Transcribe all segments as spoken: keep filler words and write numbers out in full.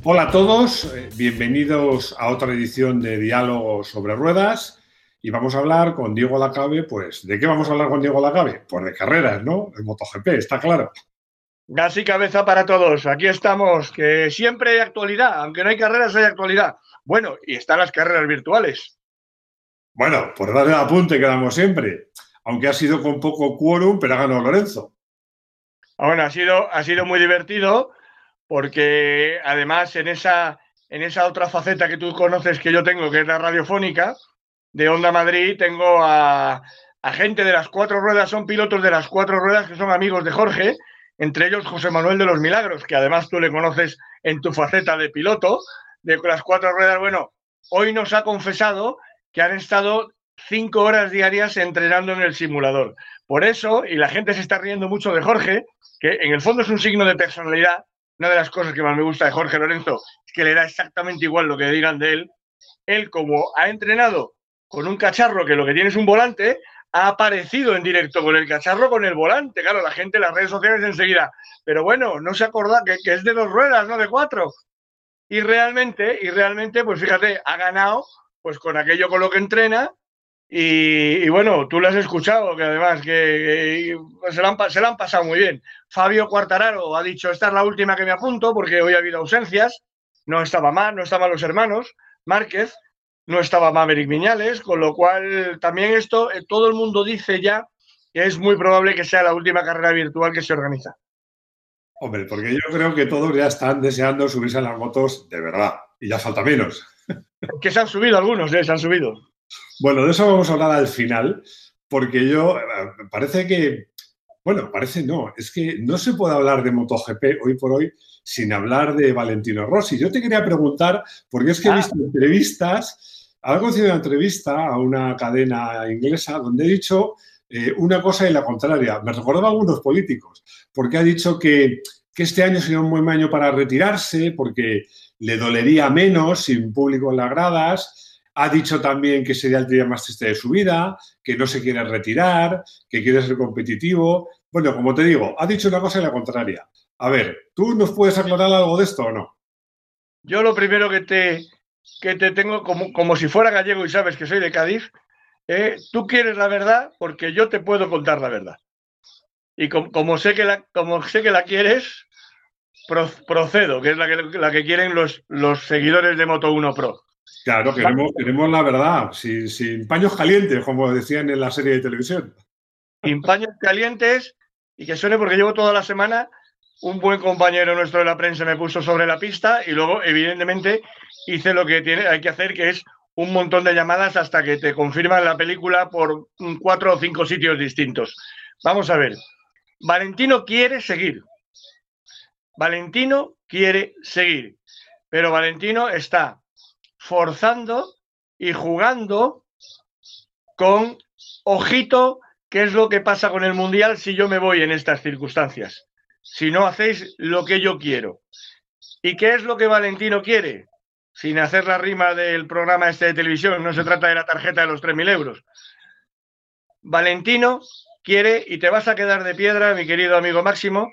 Hola a todos, eh, bienvenidos a otra edición de Diálogos sobre Ruedas y vamos a hablar con Diego Lacabe, pues, ¿de qué vamos a hablar con Diego Lacabe? Pues de carreras, ¿no? De MotoGP, está claro. Gas y cabeza para todos, aquí estamos, que siempre hay actualidad, aunque no hay carreras hay actualidad. Bueno, y están las carreras virtuales. Bueno, por darle el apunte que damos siempre, aunque ha sido con poco quórum, pero ha ganado Lorenzo. Bueno, ha sido, ha sido muy divertido porque además en esa, en esa otra faceta que tú conoces que yo tengo, que es la radiofónica, de Onda Madrid, tengo a, a gente de las cuatro ruedas, son pilotos de las cuatro ruedas que son amigos de Jorge, entre ellos José Manuel de los Milagros, que además tú le conoces en tu faceta de piloto, de las cuatro ruedas. Bueno, hoy nos ha confesado que han estado cinco horas diarias entrenando en el simulador. Por eso, y la gente se está riendo mucho de Jorge, que en el fondo es un signo de personalidad. Una de las cosas que más me gusta de Jorge Lorenzo es que le da exactamente igual lo que digan de él. Él, como ha entrenado con un cacharro que lo que tiene es un volante, ha aparecido en directo con el cacharro, con el volante. Claro, la gente en las redes sociales enseguida, pero bueno, no se acuerda que, que es de dos ruedas, no de cuatro. Y realmente, y realmente, pues fíjate, ha ganado pues con aquello con lo que entrena. Y, y bueno, tú lo has escuchado, que además que, que se, la han, se la han pasado muy bien. Fabio Quartararo ha dicho, esta es la última que me apunto porque hoy ha habido ausencias. No estaba más, no estaban los hermanos Márquez, no estaba Maverick Viñales, con lo cual también esto, eh, todo el mundo dice ya que es muy probable que sea la última carrera virtual que se organiza. Hombre, porque yo creo que todos ya están deseando subirse a las motos de verdad, y ya falta menos. Que se han subido algunos, ¿eh? Se han subido. Bueno, de eso vamos a hablar al final, porque yo, eh, parece que, bueno, parece no, es que no se puede hablar de MotoGP hoy por hoy sin hablar de Valentino Rossi. Yo te quería preguntar, porque es que he Ah, visto entrevistas, he conocido una entrevista a una cadena inglesa donde he dicho eh, una cosa y la contraria. Me recordaba a algunos políticos, porque ha dicho que, que este año sería un buen año para retirarse, porque le dolería menos sin público en las gradas. Ha dicho también que sería el día más triste de su vida, que no se quiere retirar, que quiere ser competitivo. Bueno, como te digo, ha dicho una cosa y la contraria. A ver, ¿tú nos puedes aclarar algo de esto o no? yo lo primero que te, que te tengo, como, como si fuera gallego y sabes que soy de Cádiz, eh, tú quieres la verdad porque yo te puedo contar la verdad. Y com, como, sé que la, como sé que la quieres, pro, procedo, que es la que, la que quieren los, los seguidores de Moto uno Pro. Claro, queremos, queremos la verdad, sin, sin paños calientes, como decían en la serie de televisión. Sin paños calientes y que suene porque llevo toda la semana. Un buen compañero nuestro de la prensa me puso sobre la pista y luego, evidentemente, hice lo que tiene, hay que hacer, que es un montón de llamadas hasta que te confirman la película por cuatro o cinco sitios distintos. Vamos a ver. Valentino quiere seguir. Valentino quiere seguir. Pero Valentino está forzando y jugando con ojito, qué es lo que pasa con el Mundial si yo me voy en estas circunstancias. Si no hacéis lo que yo quiero. ¿Y qué es lo que Valentino quiere? Sin hacer la rima del programa este de televisión, no se trata de la tarjeta de los tres mil euros. Valentino quiere, y te vas a quedar de piedra, mi querido amigo Máximo,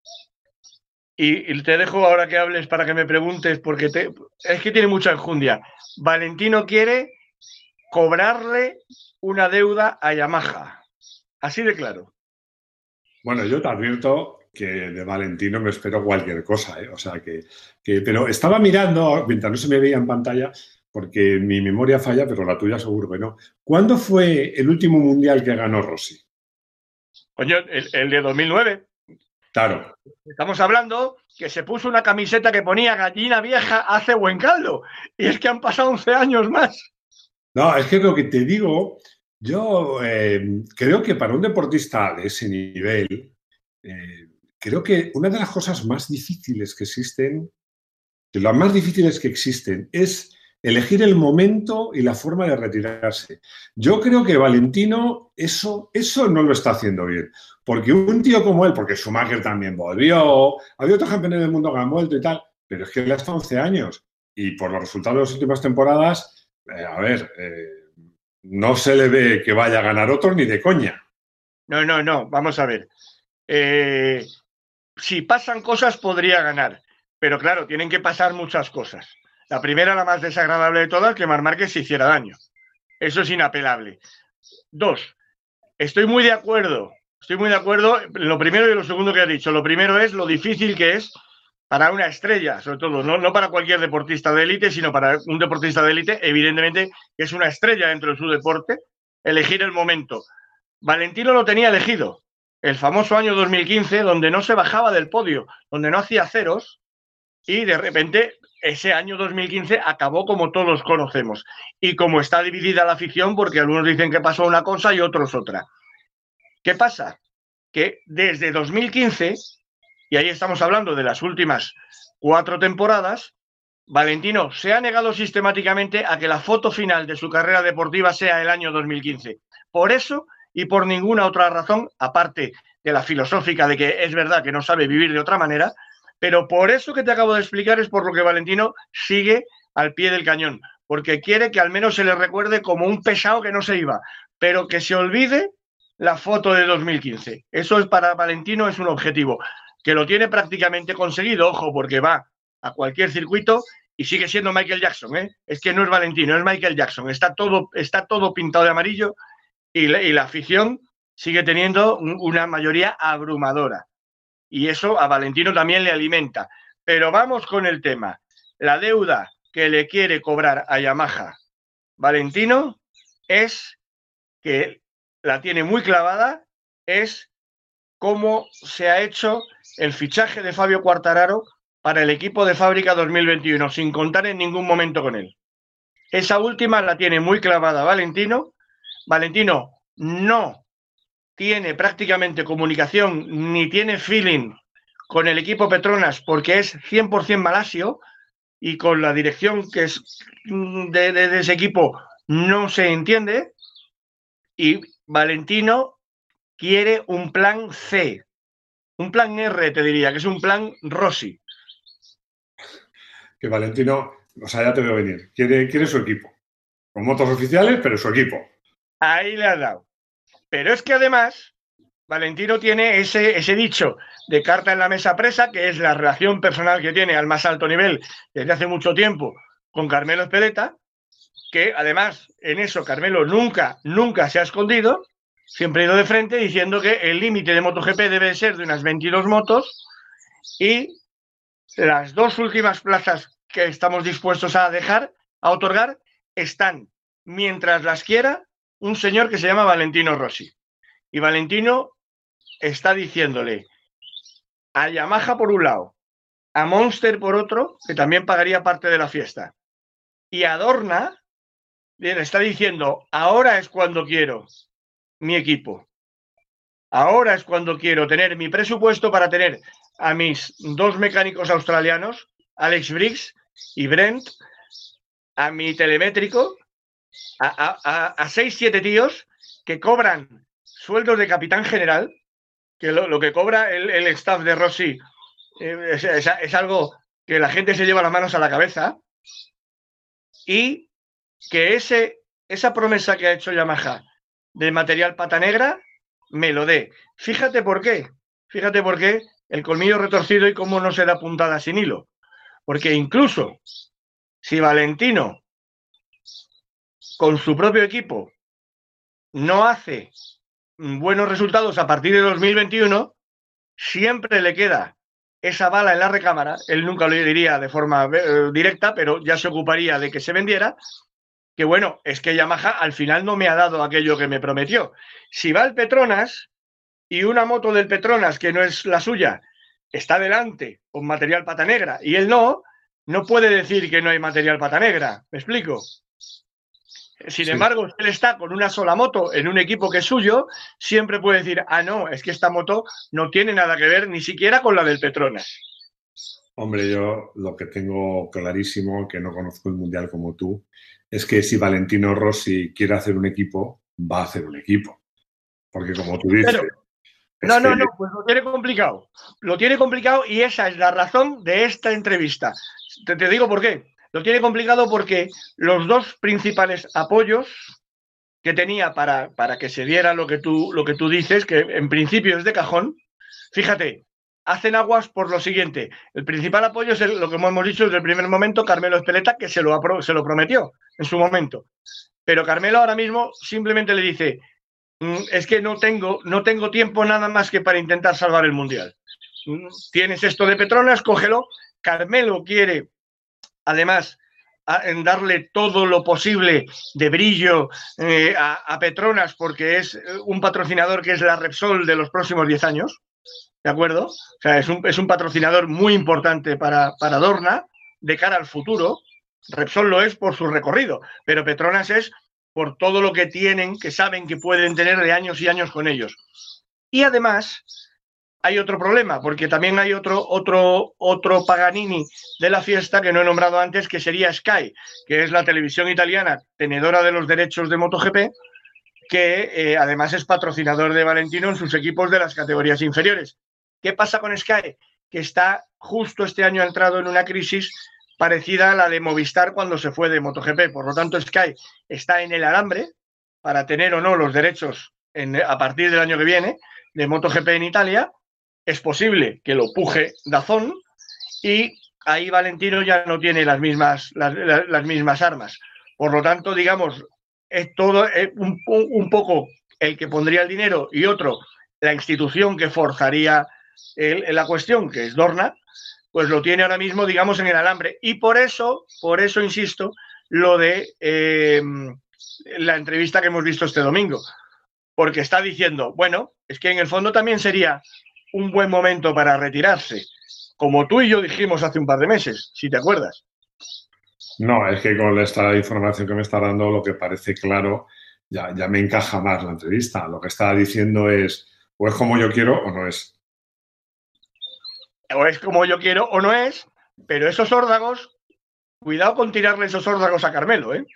y, y te dejo ahora que hables para que me preguntes, porque te, es que tiene mucha enjundia. Valentino quiere cobrarle una deuda a Yamaha. Así de claro. Bueno, yo te advierto que de Valentino me espero cualquier cosa, ¿eh? O sea, que, que, pero estaba mirando, mientras no se me veía en pantalla, porque mi memoria falla, pero la tuya seguro que no. ¿Cuándo fue el último mundial que ganó Rossi? Coño, el, el de dos mil nueve. Claro. Estamos hablando que se puso una camiseta que ponía gallina vieja hace buen caldo. Y es que han pasado once años más. No, es que lo que te digo, yo eh, creo que para un deportista de ese nivel, eh, creo que una de las cosas más difíciles que existen, de las más difíciles que existen, es elegir el momento y la forma de retirarse. Yo creo que Valentino eso, eso no lo está haciendo bien. Porque un tío como él, porque Schumacher también volvió, había otros campeones del mundo que han vuelto y tal, pero es que él ha estado once años y por los resultados de las últimas temporadas, eh, a ver, eh, no se le ve que vaya a ganar otro ni de coña. No, no, no, vamos a ver. Eh, si pasan cosas, podría ganar. Pero claro, tienen que pasar muchas cosas. La primera, la más desagradable de todas, que Marc Márquez se hiciera daño. Eso es inapelable. Dos, estoy muy de acuerdo, estoy muy de acuerdo en lo primero y lo segundo que has dicho. Lo primero es lo difícil que es para una estrella, sobre todo, no, no para cualquier deportista de élite, sino para un deportista de élite, evidentemente, que es una estrella dentro de su deporte, elegir el momento. Valentino lo tenía elegido, el famoso año dos mil quince, donde no se bajaba del podio, donde no hacía ceros, y de repente ese año dos mil quince acabó como todos conocemos. Y como está dividida la afición, porque algunos dicen que pasó una cosa y otros otra. ¿Qué pasa? Que desde dos mil quince, y ahí estamos hablando de las últimas cuatro temporadas, Valentino se ha negado sistemáticamente a que la foto final de su carrera deportiva sea el año dos mil quince. Por eso y por ninguna otra razón, aparte de la filosófica de que es verdad que no sabe vivir de otra manera, pero por eso que te acabo de explicar es por lo que Valentino sigue al pie del cañón, porque quiere que al menos se le recuerde como un pesado que no se iba, pero que se olvide la foto de dos mil quince. Eso es para Valentino, es un objetivo que lo tiene prácticamente conseguido, ojo, porque va a cualquier circuito y sigue siendo Michael Jackson, ¿eh? Es que no es Valentino, es Michael Jackson, está todo, está todo pintado de amarillo y la, y la afición sigue teniendo una mayoría abrumadora. Y eso a Valentino también le alimenta. Pero vamos con el tema. La deuda que le quiere cobrar a Yamaha Valentino es, que la tiene muy clavada, es cómo se ha hecho el fichaje de Fabio Quartararo para el equipo de fábrica dos mil veintiuno, sin contar en ningún momento con él. Esa última la tiene muy clavada Valentino. Valentino no tiene prácticamente comunicación ni tiene feeling con el equipo Petronas porque es cien por ciento malasio y con la dirección que es de, de, de ese equipo no se entiende, y Valentino quiere un plan C, un plan R, te diría, que es un plan Rossi. Que Valentino, o sea, ya te veo venir, quiere, quiere su equipo, con motos oficiales, pero su equipo. Ahí le has dado. Pero es que además Valentino tiene ese, ese dicho de carta en la mesa presa, que es la relación personal que tiene al más alto nivel desde hace mucho tiempo con Carmelo Ezpeleta, que además en eso Carmelo nunca, nunca se ha escondido, siempre ha ido de frente diciendo que el límite de MotoGP debe ser de unas veintidós motos y las dos últimas plazas que estamos dispuestos a dejar, a otorgar, están, mientras las quiera, un señor que se llama Valentino Rossi. Y Valentino está diciéndole a Yamaha por un lado, a Monster por otro, que también pagaría parte de la fiesta, y a Dorna le está diciendo, ahora es cuando quiero mi equipo, ahora es cuando quiero tener mi presupuesto para tener a mis dos mecánicos australianos, Alex Briggs y Brent, a mi telemétrico, a, a, a, a seis, siete tíos que cobran sueldos de capitán general, que lo, lo que cobra el, el staff de Rossi eh, es, es, es algo que la gente se lleva las manos a la cabeza, y que ese, esa promesa que ha hecho Yamaha de material pata negra me lo dé. Fíjate por qué, fíjate por qué el colmillo retorcido y cómo no se da puntada sin hilo. Porque incluso si Valentino con su propio equipo no hace buenos resultados a partir de dos mil veintiuno, siempre le queda esa bala en la recámara. Él nunca lo diría de forma eh, directa, pero ya se ocuparía de que se vendiera, que bueno, es que Yamaha al final no me ha dado aquello que me prometió. Si va el Petronas y una moto del Petronas que no es la suya está delante con material pata negra y él no, no puede decir que no hay material pata negra. ¿Me explico? Sin sí. embargo, él está con una sola moto en un equipo que es suyo, siempre puede decir, ah, no, es que esta moto no tiene nada que ver ni siquiera con la del Petronas. Hombre, yo lo que tengo clarísimo, que no conozco el Mundial como tú, es que si Valentino Rossi quiere hacer un equipo, va a hacer un equipo. Porque como tú dices... Pero, no, no, que... no, pues lo tiene complicado. Lo tiene complicado y esa es la razón de esta entrevista. Te, te digo por qué. Lo tiene complicado porque los dos principales apoyos que tenía para, para que se diera lo que, tú, lo que tú dices, que en principio es de cajón, fíjate, hacen aguas por lo siguiente. El principal apoyo es el, lo que hemos dicho desde el primer momento, Carmelo Ezpeleta, que se lo, se lo prometió en su momento. Pero Carmelo ahora mismo simplemente le dice, es que no tengo, no tengo tiempo nada más que para intentar salvar el Mundial. Tienes esto de Petronas, cógelo. Carmelo quiere, además, a, en darle todo lo posible de brillo eh, a, a Petronas, porque es un patrocinador que es la Repsol de los próximos diez años, ¿de acuerdo? O sea, es un, es un patrocinador muy importante para, para Dorna de cara al futuro. Repsol lo es por su recorrido, pero Petronas es por todo lo que tienen, que saben que pueden tener de años y años con ellos. Y además hay otro problema, porque también hay otro, otro, otro Paganini de la fiesta que no he nombrado antes, que sería Sky, que es la televisión italiana tenedora de los derechos de MotoGP, que eh, además es patrocinador de Valentino en sus equipos de las categorías inferiores. ¿Qué pasa con Sky? Que está justo este año ha entrado en una crisis parecida a la de Movistar cuando se fue de MotoGP. Por lo tanto, Sky está en el alambre para tener o no los derechos en, a partir del año que viene de MotoGP en Italia. Es posible que lo puje DAZN y ahí Valentino ya no tiene las mismas, las, las, las mismas armas. Por lo tanto, digamos, es todo es un, un poco el que pondría el dinero y otro la institución que forjaría el, la cuestión, que es Dorna, pues lo tiene ahora mismo, digamos, en el alambre. Y por eso, por eso insisto, lo de eh, la entrevista que hemos visto este domingo. Porque está diciendo, bueno, es que en el fondo también sería un buen momento para retirarse, como tú y yo dijimos hace un par de meses, si te acuerdas. No, es que con esta información que me está dando, lo que parece claro, ya, ya me encaja más la entrevista. Lo que está diciendo es, o es como yo quiero o no es. O es como yo quiero o no es, pero esos órdagos, cuidado con tirarle esos órdagos a Carmelo, ¿eh?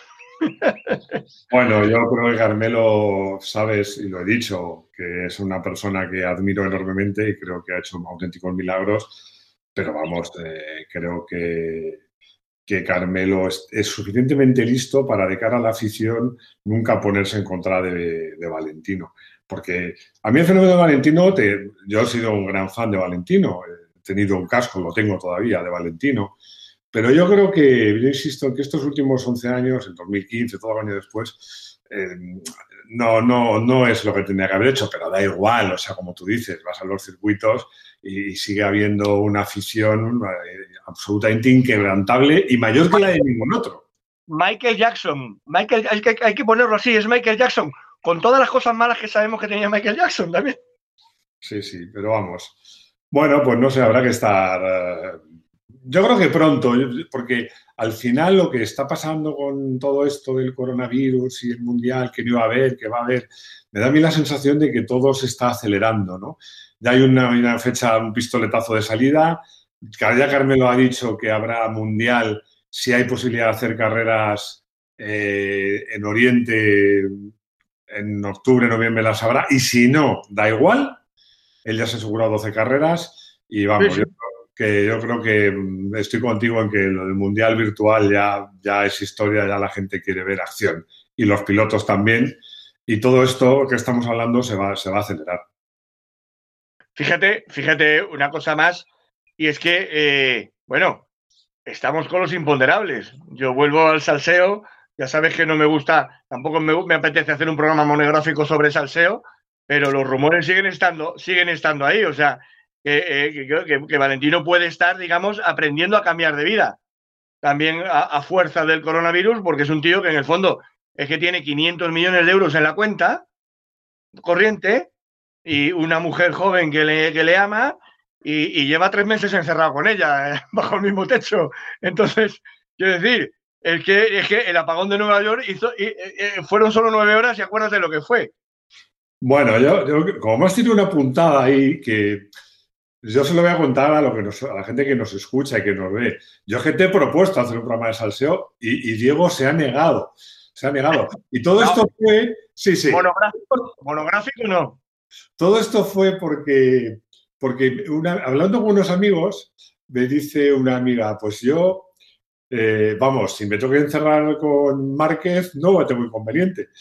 Bueno, yo creo que Carmelo, sabes, y lo he dicho, que es una persona que admiro enormemente y creo que ha hecho auténticos milagros, pero vamos, eh, creo que, que Carmelo es, es suficientemente listo para, de cara a la afición, nunca ponerse en contra de, de Valentino. Porque a mí el fenómeno de Valentino, te, yo he sido un gran fan de Valentino, he tenido un casco, lo tengo todavía, de Valentino. Pero yo creo que, yo insisto, en que estos últimos once años, en dos mil quince, todo el año después, eh, no, no, no es lo que tenía que haber hecho, pero da igual, o sea, como tú dices, vas a los circuitos y, y sigue habiendo una afición eh, absolutamente inquebrantable y mayor que la de ningún otro. Michael Jackson, Michael, hay, que, hay que ponerlo así, es Michael Jackson, con todas las cosas malas que sabemos que tenía Michael Jackson también. Sí, sí, pero vamos. Bueno, pues no sé, habrá que estar... Uh, Yo creo que pronto, porque al final lo que está pasando con todo esto del coronavirus y el mundial, que no iba a haber, que va a haber, me da a mí la sensación de que todo se está acelerando, ¿no? Ya hay una, una fecha, un pistoletazo de salida. Ya Carmelo ha dicho que habrá mundial si hay posibilidad de hacer carreras eh, en Oriente en octubre, noviembre las habrá. Y si no, da igual. Él ya se ha asegurado doce carreras y vamos, sí, sí. Yo que yo creo que estoy contigo en que lo del Mundial virtual ya, ya es historia, ya la gente quiere ver acción y los pilotos también, y todo esto que estamos hablando se va, se va a acelerar. Fíjate, fíjate una cosa más, y es que, eh, bueno, estamos con los imponderables. Yo vuelvo al salseo, ya sabes que no me gusta, tampoco me, me apetece hacer un programa monográfico sobre salseo, pero los rumores siguen estando, siguen estando ahí, o sea, que, que, que, que Valentino puede estar, digamos, aprendiendo a cambiar de vida, también a, a fuerza del coronavirus, porque es un tío que en el fondo es que tiene quinientos millones de euros en la cuenta corriente y una mujer joven que le, que le ama y, y lleva tres meses encerrado con ella, eh, bajo el mismo techo. Entonces, quiero decir, es que, es que el apagón de Nueva York hizo, y, y, fueron solo nueve horas y acuérdate lo que fue. Bueno, yo, yo como más tiene una puntada ahí que yo se lo voy a contar a, lo que nos, a la gente que nos escucha y que nos ve. Yo que te he propuesto hacer un programa de salseo y, y Diego se ha negado. Se ha negado. Y todo no, esto fue... Sí, sí. Monográfico, monográfico no. Todo esto fue porque, porque una, hablando con unos amigos, me dice una amiga, pues yo, eh, vamos, si me tengo que encerrar con Márquez, no va a ser muy conveniente.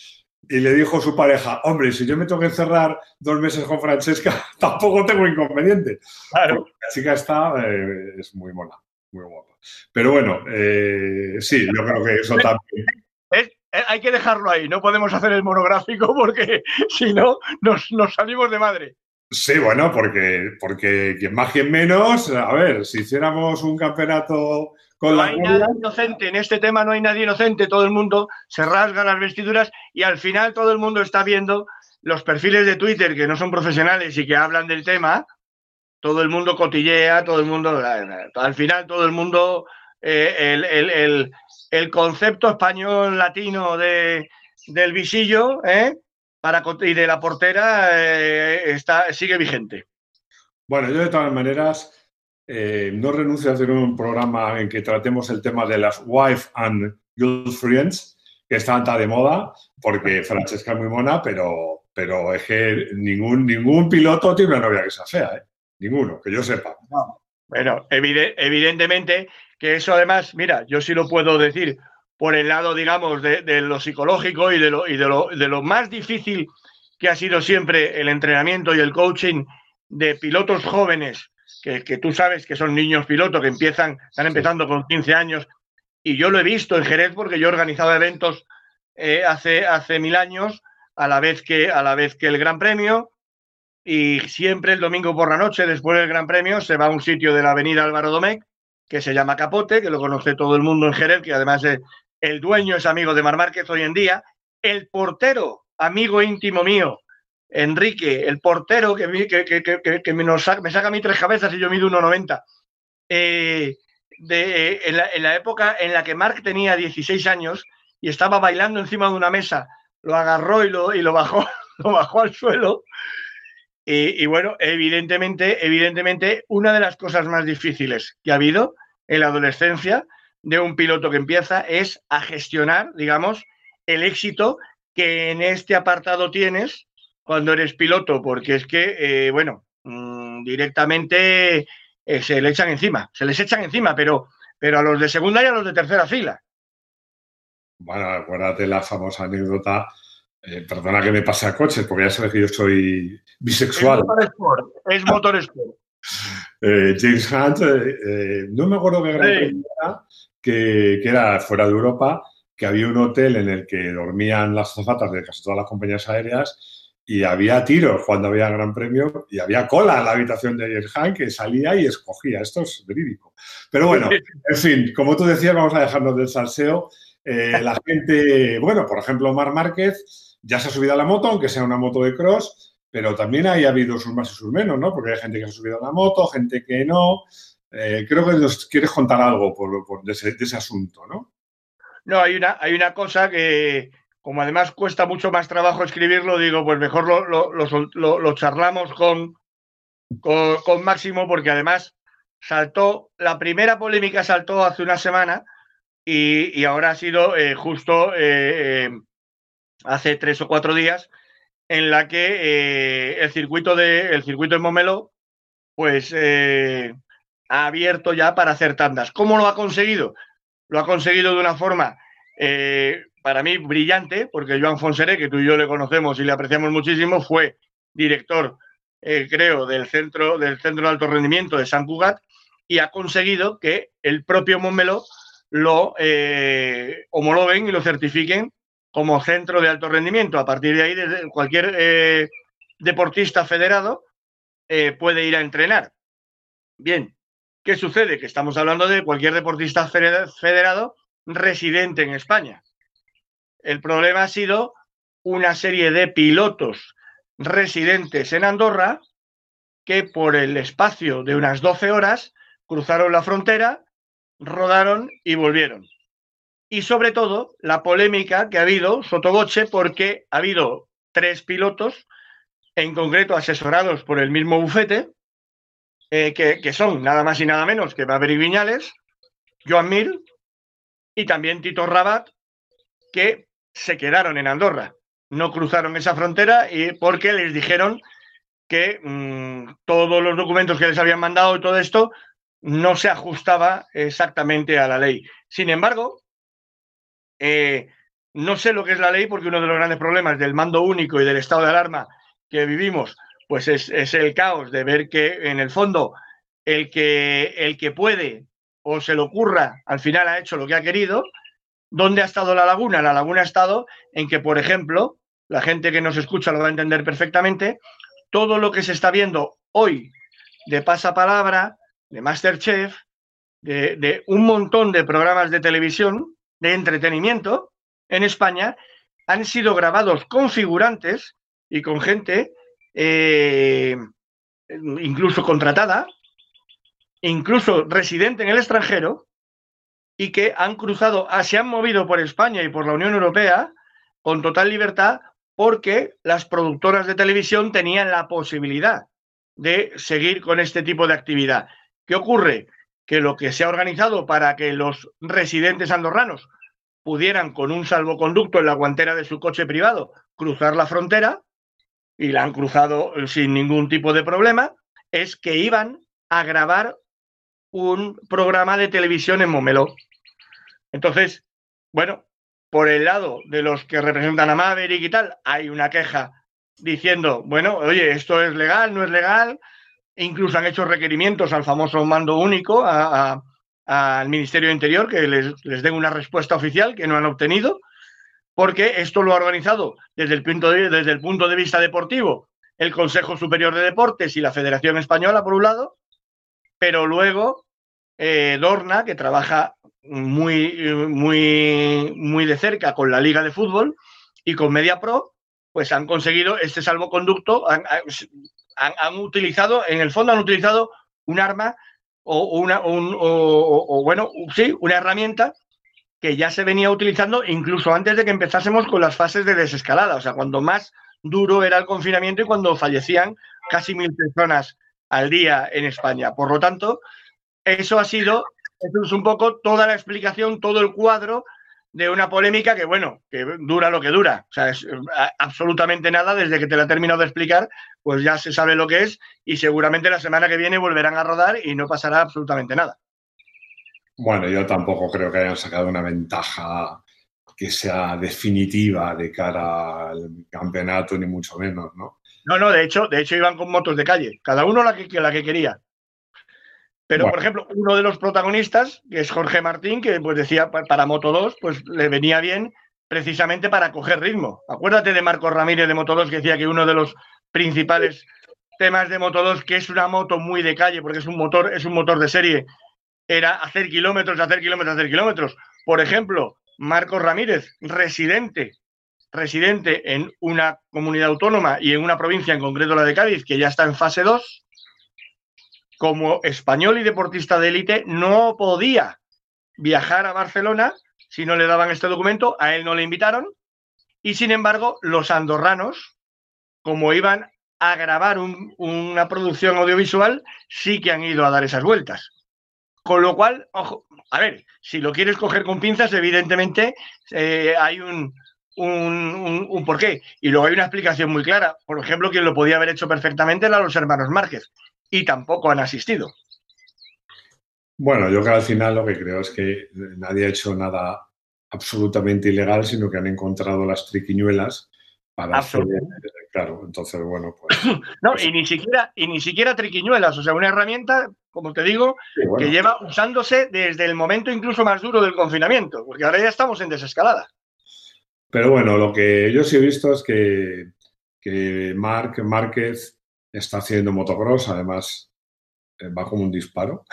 y le dijo su pareja, hombre, si yo me tengo que encerrar dos meses con Francesca, tampoco tengo inconveniente. Claro. Porque la chica está, eh, es muy mona, muy guapa. Pero bueno, eh, sí, yo creo que eso también. Es, es, hay que dejarlo ahí, no podemos hacer el monográfico porque si no nos, nos salimos de madre. Sí, bueno, porque, porque quien más, quien menos, a ver, si hiciéramos un campeonato con no la hay nadie inocente, en este tema no hay nadie inocente, todo el mundo se rasga las vestiduras y al final todo el mundo está viendo los perfiles de Twitter que no son profesionales y que hablan del tema, todo el mundo cotillea, todo el mundo, al final todo el mundo, eh, el, el, el, el concepto español latino de, del visillo, ¿eh? Para, y de la portera eh, está, sigue vigente. Bueno, yo de todas maneras eh, no renuncio a hacer un programa en que tratemos el tema de las wife and girlfriends, que están tan de moda, porque Francesca es muy mona, pero, pero es que ningún, ningún piloto tiene una novia que sea fea, ¿eh? Ninguno, que yo sepa. No. Bueno, evident, evidentemente que eso además, mira, yo sí lo puedo decir por el lado, digamos, de, de lo psicológico y, de lo, y de, lo, de lo más difícil que ha sido siempre el entrenamiento y el coaching de pilotos jóvenes, que, que tú sabes que son niños pilotos que empiezan, están empezando sí. con quince años, y yo lo he visto en Jerez porque yo organizaba eventos eh, hace, hace mil años, a la vez que, a la vez que el Gran Premio, y siempre el domingo por la noche, después del Gran Premio, se va a un sitio de la avenida Álvaro Domecq, que se llama Capote, que lo conoce todo el mundo en Jerez, que además es, el dueño es amigo de Marc Márquez hoy en día, el portero, amigo íntimo mío, Enrique, el portero que, que, que, que, que me, saca, me saca a mí tres cabezas y yo mido uno noventa. Eh, de, eh, en, la, en la época en la que Marc tenía dieciséis años y estaba bailando encima de una mesa, lo agarró y lo, y lo, bajó, lo bajó al suelo. Y, y bueno, evidentemente, evidentemente, una de las cosas más difíciles que ha habido en la adolescencia de un piloto que empieza es a gestionar, digamos, el éxito que en este apartado tienes cuando eres piloto, porque es que, eh, bueno, mmm, directamente eh, se le echan encima, se les echan encima, pero, pero a los de segunda y a los de tercera fila. Bueno, acuérdate la famosa anécdota. Eh, perdona que me pase a coches, porque ya sabes que yo soy bisexual. Es motorsport. Es motorsport. eh, James Hunt, eh, eh, no me acuerdo qué gran sí. premio era, que, que era fuera de Europa, que había un hotel en el que dormían las azafatas de casi todas las compañías aéreas y había tiros cuando había gran premio y había cola en la habitación de James Hunt que salía y escogía. Esto es verídico. Pero bueno, en fin, como tú decías, vamos a dejarnos del salseo. Eh, la gente, bueno, por ejemplo, Marc Márquez ya se ha subido a la moto, aunque sea una moto de cross, pero también hay habido sus más y sus menos, ¿no? Porque hay gente que se ha subido a la moto, gente que no. Eh, creo que nos quieres contar algo por, por de, ese, de ese asunto, ¿no? No, hay una, hay una cosa que, como además cuesta mucho más trabajo escribirlo, digo, pues mejor lo, lo, lo, lo, lo charlamos con, con, con Máximo, porque además saltó, la primera polémica saltó hace una semana y, y ahora ha sido eh, justo eh, eh, hace tres o cuatro días, en la que eh, el circuito de el circuito de Montmeló pues eh, ha abierto ya para hacer tandas. ¿Cómo lo ha conseguido? Lo ha conseguido de una forma eh, para mí brillante, porque Joan Fonseré, que tú y yo le conocemos y le apreciamos muchísimo, fue director, eh, creo, del centro, del centro de alto rendimiento de Sant Cugat y ha conseguido que el propio Montmeló lo eh, homologuen y lo certifiquen como centro de alto rendimiento. A partir de ahí, desde cualquier eh, deportista federado eh, puede ir a entrenar. Bien, ¿qué sucede? Que estamos hablando de cualquier deportista federado residente en España. El problema ha sido una serie de pilotos residentes en Andorra que por el espacio de unas doce horas cruzaron la frontera, rodaron y volvieron. Y sobre todo, la polémica que ha habido, sotoboche, porque ha habido tres pilotos, en concreto asesorados por el mismo bufete, eh, que, que son nada más y nada menos que Maverick Viñales, Joan Mir y también Tito Rabat, que se quedaron en Andorra. No cruzaron esa frontera y porque les dijeron que mmm, todos los documentos que les habían mandado y todo esto no se ajustaba exactamente a la ley. Sin embargo, eh, no sé lo que es la ley, porque uno de los grandes problemas del mando único y del estado de alarma que vivimos, pues es, es el caos de ver que, en el fondo, el que, el que puede o se le ocurra, al final ha hecho lo que ha querido. ¿Dónde ha estado la laguna? La laguna ha estado en que, por ejemplo, la gente que nos escucha lo va a entender perfectamente, todo lo que se está viendo hoy de Pasapalabra, de MasterChef, de, de un montón de programas de televisión, de entretenimiento, en España, han sido grabados con figurantes y con gente eh, incluso contratada, incluso residente en el extranjero, y que han cruzado, se han movido por España y por la Unión Europea con total libertad, porque las productoras de televisión tenían la posibilidad de seguir con este tipo de actividad. ¿Qué ocurre? Que lo que se ha organizado para que los residentes andorranos pudieran, con un salvoconducto en la guantera de su coche privado, cruzar la frontera, y la han cruzado sin ningún tipo de problema, es que iban a grabar un programa de televisión en Montmeló. Entonces, bueno, por el lado de los que representan a Maverick y tal, hay una queja diciendo, bueno, oye, esto es legal, no es legal. E incluso han hecho requerimientos al famoso mando único, a, a, al Ministerio de Interior, que les, les den una respuesta oficial que no han obtenido, porque esto lo ha organizado desde el punto de, desde el punto de vista deportivo el Consejo Superior de Deportes y la Federación Española, por un lado, pero luego eh, Dorna, que trabaja muy, muy, muy de cerca con la Liga de Fútbol y con MediaPro, pues han conseguido este salvoconducto, han, han, han utilizado, en el fondo han utilizado un arma o una, un, o, o, bueno, sí, una herramienta que ya se venía utilizando incluso antes de que empezásemos con las fases de desescalada, o sea, cuando más duro era el confinamiento y cuando fallecían casi mil personas al día en España. Por lo tanto, eso ha sido, eso es un poco toda la explicación, todo el cuadro de una polémica que, bueno, que dura lo que dura. O sea, es absolutamente nada. Desde que te la he terminado de explicar, pues ya se sabe lo que es y seguramente la semana que viene volverán a rodar y no pasará absolutamente nada. Bueno, yo tampoco creo que hayan sacado una ventaja que sea definitiva de cara al campeonato, ni mucho menos, ¿no? No, no, de hecho, de hecho iban con motos de calle, cada uno la que, la que quería. Pero, bueno, por ejemplo, uno de los protagonistas, que es Jorge Martín, que pues decía para Moto dos, pues le venía bien precisamente para coger ritmo. Acuérdate de Marcos Ramírez de Moto dos, que decía que uno de los principales temas de Moto dos, que es una moto muy de calle, porque es un motor, es un motor de serie, era hacer kilómetros, hacer kilómetros, hacer kilómetros. Por ejemplo, Marcos Ramírez, residente, residente en una comunidad autónoma y en una provincia, en concreto la de Cádiz, que ya está en fase dos, como español y deportista de élite, no podía viajar a Barcelona si no le daban este documento. A él no le invitaron y, sin embargo, los andorranos, como iban a grabar un, una producción audiovisual, sí que han ido a dar esas vueltas. Con lo cual, ojo, a ver, si lo quieres coger con pinzas, evidentemente eh, hay un, un, un, un porqué. Y luego hay una explicación muy clara. Por ejemplo, quien lo podía haber hecho perfectamente eran los hermanos Márquez. Y tampoco han asistido. Bueno, yo que al final lo que creo es que nadie ha hecho nada absolutamente ilegal, sino que han encontrado las triquiñuelas para hacer, claro, entonces, bueno, pues... No, pues, y ni siquiera, y ni siquiera triquiñuelas, o sea, una herramienta, como te digo, sí, bueno, que lleva usándose desde el momento incluso más duro del confinamiento, porque ahora ya estamos en desescalada. Pero bueno, lo que yo sí he visto es que, que Marc Márquez está haciendo motocross, además va como un disparo.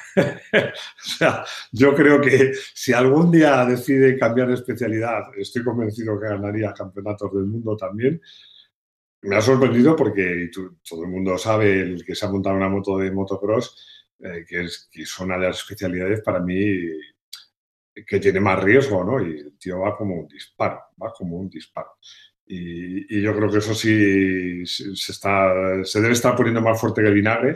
O sea, yo creo que si algún día decide cambiar de especialidad, estoy convencido que ganaría campeonatos del mundo también. Me ha sorprendido porque tú, todo el mundo sabe, el que se ha montado una moto de motocross, eh, que, es, que es una de las especialidades para mí que tiene más riesgo, ¿no? Y el tío va como un disparo, va como un disparo. Y, y yo creo que eso sí se, está, se debe estar poniendo más fuerte que el vinagre.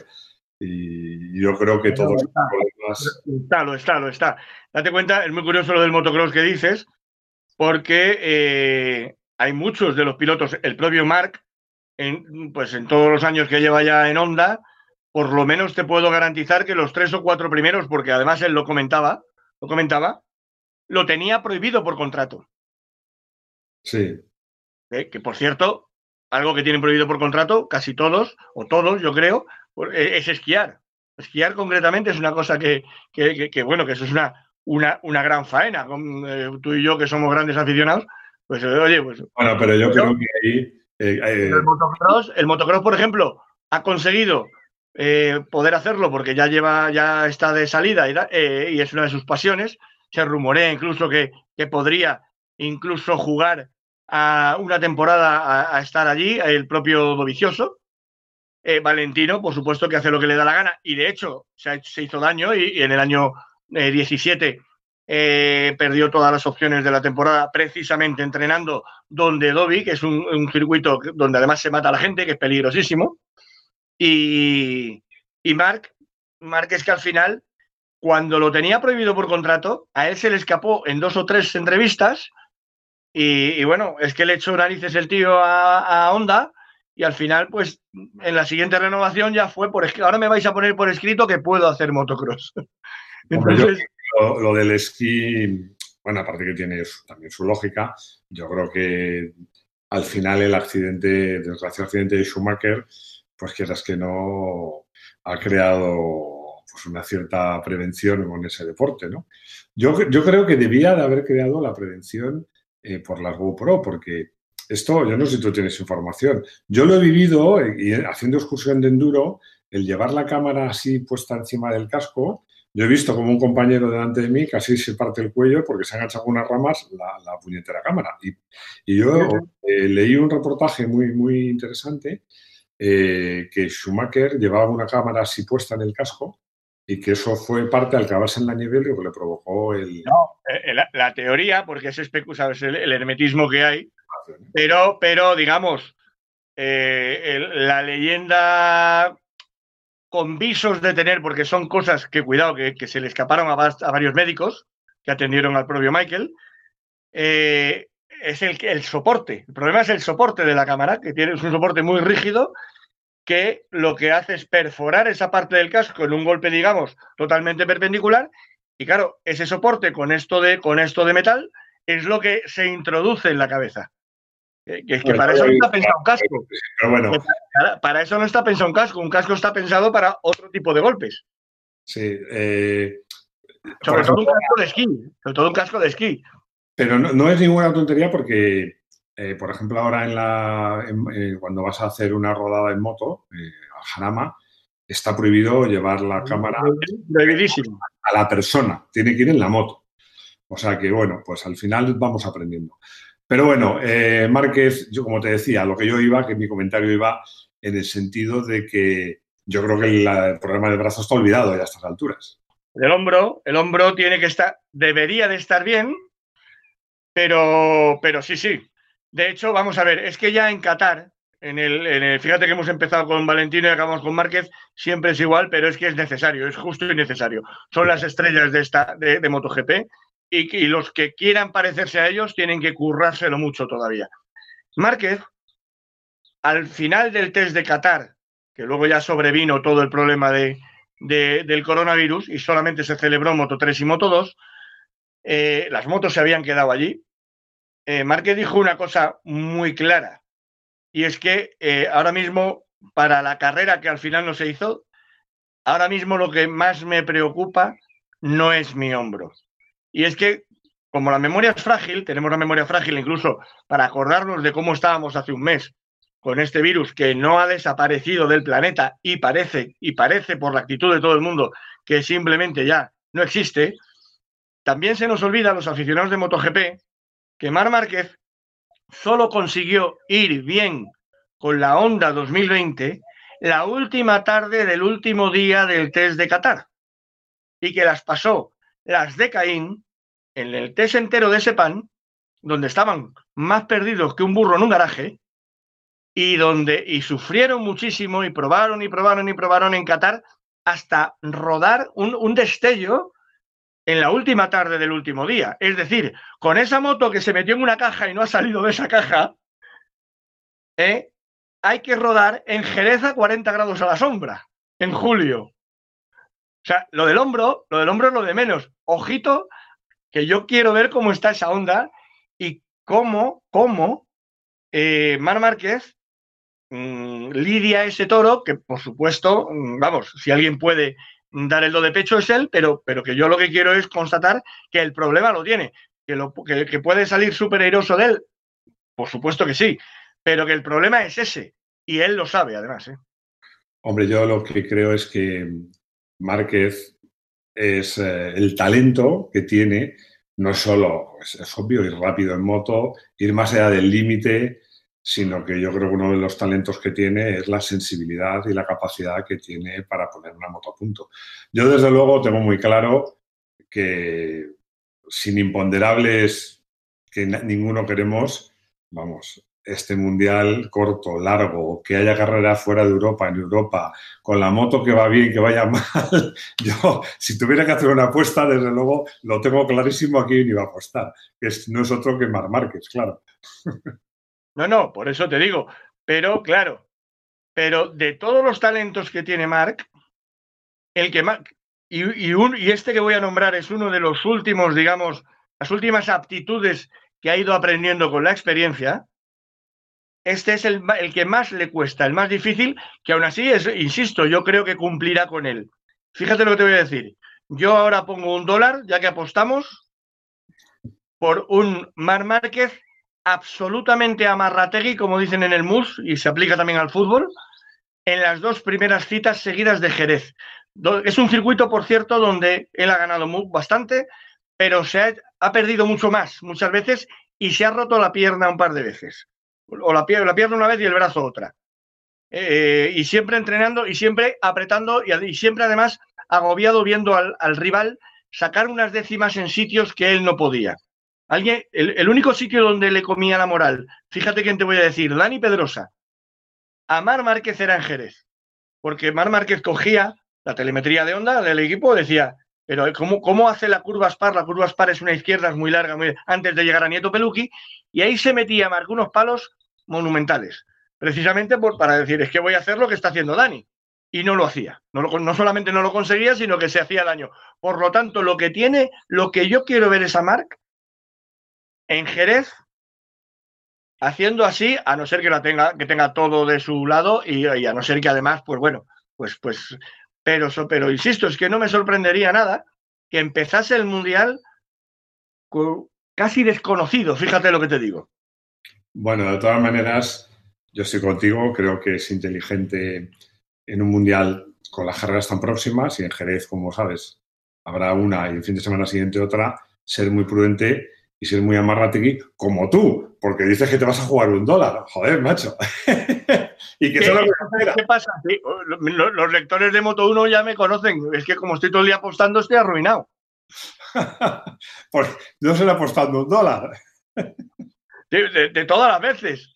Y yo creo que todos los problemas... Está, lo está, lo está. Date cuenta, es muy curioso lo del motocross que dices, porque eh, hay muchos de los pilotos, el propio Marc, en, pues en todos los años que lleva ya en Honda, por lo menos te puedo garantizar que los tres o cuatro primeros, porque además él lo comentaba, lo comentaba, lo tenía prohibido por contrato. Sí. ¿eh? Que, por cierto, algo que tienen prohibido por contrato, casi todos, o todos, yo creo, es esquiar. Esquiar concretamente es una cosa que, que, que, que bueno, que eso es una, una, una gran faena. Con, eh, tú y yo, que somos grandes aficionados, pues, eh, oye, pues... Bueno, pero yo Pero, creo que ahí... eh, pero eh, el motocross, el motocross, por ejemplo, ha conseguido eh, poder hacerlo porque ya lleva, ya está de salida y, eh, y es una de sus pasiones. Se rumorea incluso que, que podría incluso jugar a una temporada a, a estar allí, el propio Dovizioso. Eh, Valentino, por supuesto, que hace lo que le da la gana y de hecho se, ha, se hizo daño y, y, en el año eh, diecisiete eh, perdió todas las opciones de la temporada precisamente entrenando donde Dovi, que es un, un circuito donde además se mata a la gente, que es peligrosísimo. Y, y Marc, Marc es que al final, cuando lo tenía prohibido por contrato, a él se le escapó en dos o tres entrevistas y, y bueno, es que le echó narices el tío a, a Honda y al final, pues en la siguiente renovación ya fue por escrito. Ahora me vais a poner por escrito que puedo hacer motocross. Hombre, yo Entonces, lo, lo del esquí, bueno, aparte que tiene su, también su lógica, yo creo que al final el accidente, el desgraciado accidente de Schumacher, pues quieras que no, ha creado pues una cierta prevención con ese deporte, ¿no? Yo, yo creo que debía de haber creado la prevención eh, por las GoPro, porque esto, yo no sé si tú tienes información, yo lo he vivido eh, y haciendo excursión de enduro, el llevar la cámara así puesta encima del casco. Yo he visto como un compañero delante de mí casi se parte el cuello porque se ha agachado con unas ramas la, la puñetera cámara. Y, y yo eh, leí un reportaje muy, muy interesante eh, que Schumacher llevaba una cámara así puesta en el casco y que eso fue parte al clavarse en la nieve lo que le provocó el... no, eh, la, la, teoría, porque es ¿sabes? El, el hermetismo que hay, pero, pero digamos, eh, el, la leyenda con visos de tener, porque son cosas que, cuidado, que, que se le escaparon a, a, varios médicos que atendieron al propio Michael, eh, es el, el soporte. El problema es el soporte de la cámara, que tiene es un soporte muy rígido, que lo que hace es perforar esa parte del casco en un golpe, digamos, totalmente perpendicular, y claro, ese soporte con esto de, con esto de metal es lo que se introduce en la cabeza. Que, que, que para eso no está pensado un casco. Pero bueno. Para, para eso no está pensado un casco. Un casco está pensado para otro tipo de golpes. Sí. Eh, sobre todo ejemplo, un casco de esquí. Sobre todo un casco de esquí. Pero no, no es ninguna tontería porque, eh, por ejemplo, ahora en la, en, eh, cuando vas a hacer una rodada en moto, eh, al Jarama, está prohibido llevar la cámara Prohibidísimo. a la persona. Tiene que ir en la moto. O sea que, bueno, pues al final vamos aprendiendo. Pero bueno, eh, Márquez, yo como te decía, lo que yo iba, que mi comentario iba en el sentido de que yo creo que el, el problema del brazo está olvidado ya a estas alturas. El hombro, el hombro tiene que estar, debería de estar bien, pero, pero sí, sí. De hecho, vamos a ver, es que ya en Qatar, en el, en el, fíjate que hemos empezado con Valentino y acabamos con Márquez, siempre es igual, pero es que es necesario, es justo y necesario. Son las estrellas de, esta, de, de MotoGP y, y los que quieran parecerse a ellos tienen que currárselo mucho todavía. Márquez, al final del test de Qatar, que luego ya sobrevino todo el problema de, de, del coronavirus y solamente se celebró Moto tres y Moto dos, eh, las motos se habían quedado allí. Eh, Márquez dijo una cosa muy clara, y es que eh, ahora mismo, para la carrera que al final no se hizo, ahora mismo lo que más me preocupa no es mi hombro. Y es que, como la memoria es frágil, tenemos la memoria frágil incluso para acordarnos de cómo estábamos hace un mes con este virus que no ha desaparecido del planeta y parece, y parece por la actitud de todo el mundo que simplemente ya no existe, también se nos olvida a los aficionados de MotoGP que Marc Márquez solo consiguió ir bien con la Honda dos mil veinte la última tarde del último día del test de Qatar y que las pasó las de Caín en el test entero de Sepang, donde estaban más perdidos que un burro en un garaje y donde y sufrieron muchísimo y probaron y probaron y probaron en Qatar hasta rodar un, un destello en la última tarde del último día. Es decir, con esa moto que se metió en una caja y no ha salido de esa caja, ¿eh? Hay que rodar en Jerez a cuarenta grados a la sombra, en julio. O sea, lo del hombro, lo del hombro es lo de menos. Ojito, que yo quiero ver cómo está esa Honda y cómo, cómo eh, Marc Márquez mmm, lidia ese toro, que por supuesto, mmm, vamos, si alguien puede dar el do de pecho es él, pero, pero que yo lo que quiero es constatar que el problema lo tiene, que, lo, que, que puede salir súper airoso de él, por supuesto que sí, pero que el problema es ese, y él lo sabe además. ¿eh? Hombre, yo lo que creo es que Márquez es eh, el talento que tiene, no solo, es, es obvio, ir rápido en moto, ir más allá del límite, sino que yo creo que uno de los talentos que tiene es la sensibilidad y la capacidad que tiene para poner una moto a punto. Yo, desde luego, tengo muy claro que sin imponderables que ninguno queremos, vamos, este mundial corto, largo, que haya carrera fuera de Europa, en Europa, con la moto que va bien, que vaya mal, yo, si tuviera que hacer una apuesta, desde luego, lo tengo clarísimo a quién iba a apostar, que es, no es otro que Marc Márquez, claro. No, no, por eso te digo, pero claro, pero de todos los talentos que tiene Marc, el que más, y, y, un, y este que voy a nombrar es uno de los últimos, digamos, las últimas aptitudes que ha ido aprendiendo con la experiencia. Este es el, el, que más le cuesta, el más difícil, que aún así, es, insisto, yo creo que cumplirá con él. Fíjate lo que te voy a decir. Yo ahora pongo un dólar, ya que apostamos, por un Marc Márquez absolutamente amarrategui, como dicen en el M U S, y se aplica también al fútbol, en las dos primeras citas seguidas de Jerez. Es un circuito, por cierto, donde él ha ganado bastante, pero se ha, ha perdido mucho más, muchas veces, y se ha roto la pierna un par de veces. O la, la pierna una vez y el brazo otra. Eh, y siempre entrenando y siempre apretando y, y siempre además agobiado viendo al, al, rival sacar unas décimas en sitios que él no podía. Alguien, el, el único sitio donde le comía la moral, fíjate quién te voy a decir, Dani Pedrosa. A Marc Márquez era en Jerez, porque Marc Márquez cogía la telemetría de onda del equipo, decía, pero ¿cómo, cómo hace la curva Spar? La curva Spar es una izquierda, es muy larga, muy, antes de llegar a Nieto Peluqui, y ahí se metía, marcó unos palos monumentales, precisamente por, para decir, es que voy a hacer lo que está haciendo Dani, y no lo hacía, no, lo, no solamente no lo conseguía, sino que se hacía daño. Por lo tanto, lo que tiene, lo que yo quiero ver es a Marc en Jerez, haciendo así, a no ser que la tenga, que tenga todo de su lado y, y a no ser que además, pues bueno, pues, pues, pero, pero insisto, es que no me sorprendería nada que empezase el Mundial casi desconocido, fíjate lo que te digo. Bueno, de todas maneras, yo estoy contigo, creo que es inteligente en un Mundial con las carreras tan próximas y en Jerez, como sabes, habrá una y el fin de semana siguiente otra, ser muy prudente y ser muy amarrategui, como tú, porque dices que te vas a jugar un dólar. Joder, macho. y que ¿Qué, solo ¿Qué pasa? Sí, los, los lectores de Moto uno ya me conocen. Es que como estoy todo el día apostando, estoy arruinado. pues no se le apostando un dólar. De, de, de todas las veces.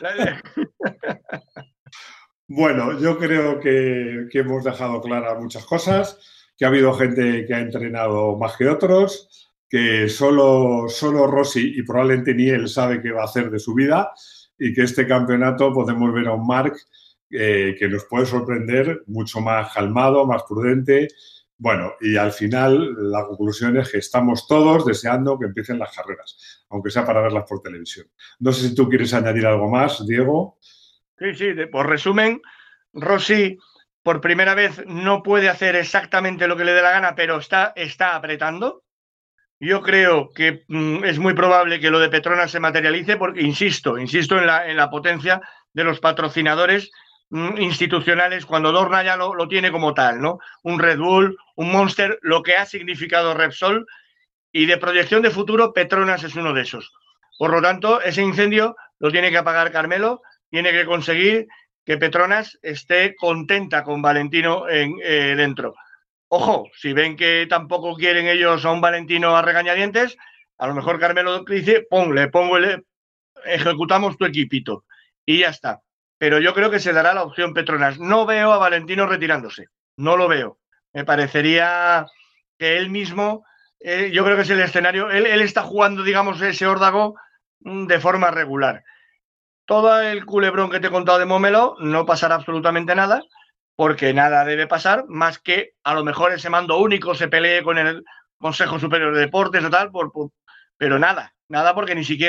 Bueno, yo creo que, que hemos dejado claras muchas cosas, que ha habido gente que ha entrenado más que otros, que solo, solo Rossi y probablemente ni él sabe qué va a hacer de su vida y que este campeonato podemos ver a un Marc eh, que nos puede sorprender mucho más calmado, más prudente. Bueno, y al final la conclusión es que estamos todos deseando que empiecen las carreras, aunque sea para verlas por televisión. No sé si tú quieres añadir algo más, Diego. Sí, sí, de, por resumen, Rossi por primera vez no puede hacer exactamente lo que le dé la gana, pero está, está apretando. Yo creo que mmm, es muy probable que lo de Petronas se materialice, porque insisto, insisto en la, en la potencia de los patrocinadores mmm, institucionales cuando Dorna ya lo, lo tiene como tal, ¿no? Un Red Bull, un Monster, lo que ha significado Repsol, y de proyección de futuro, Petronas es uno de esos. Por lo tanto, ese incendio lo tiene que apagar Carmelo, tiene que conseguir que Petronas esté contenta con Valentino en, eh, dentro. Ojo, si ven que tampoco quieren ellos a un Valentino a regañadientes, a lo mejor Carmelo dice, pon, le pongo el, ejecutamos tu equipito y ya está. Pero yo creo que se dará la opción Petronas. No veo a Valentino retirándose, no lo veo. Me parecería que él mismo, eh, yo creo que es el escenario, él, él está jugando, digamos, ese órdago de forma regular. Todo el culebrón que te he contado de Momelo no pasará absolutamente nada, porque nada debe pasar, más que a lo mejor ese mando único se pelee con el Consejo Superior de Deportes o tal, por, por, pero nada, nada porque ni siquiera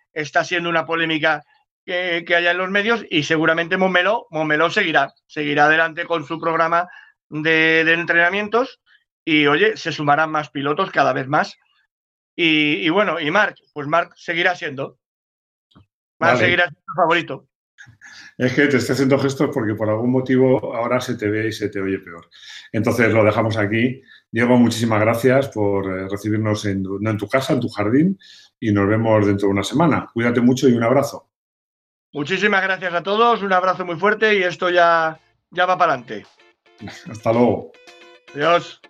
está siendo una polémica que, que haya en los medios, y seguramente Montmeló, Montmeló seguirá, seguirá adelante con su programa de, de entrenamientos y, oye, se sumarán más pilotos cada vez más. Y, y bueno, y Marc, pues Marc seguirá siendo, Marc Vale. seguirá siendo favorito. Es que te estoy haciendo gestos porque por algún motivo ahora se te ve y se te oye peor. Entonces lo dejamos aquí. Diego, muchísimas gracias por eh, recibirnos en, en tu casa, en tu jardín, y nos vemos dentro de una semana. Cuídate mucho y un abrazo. Muchísimas gracias a todos, un abrazo muy fuerte y esto ya, ya va para adelante. Hasta luego. Adiós.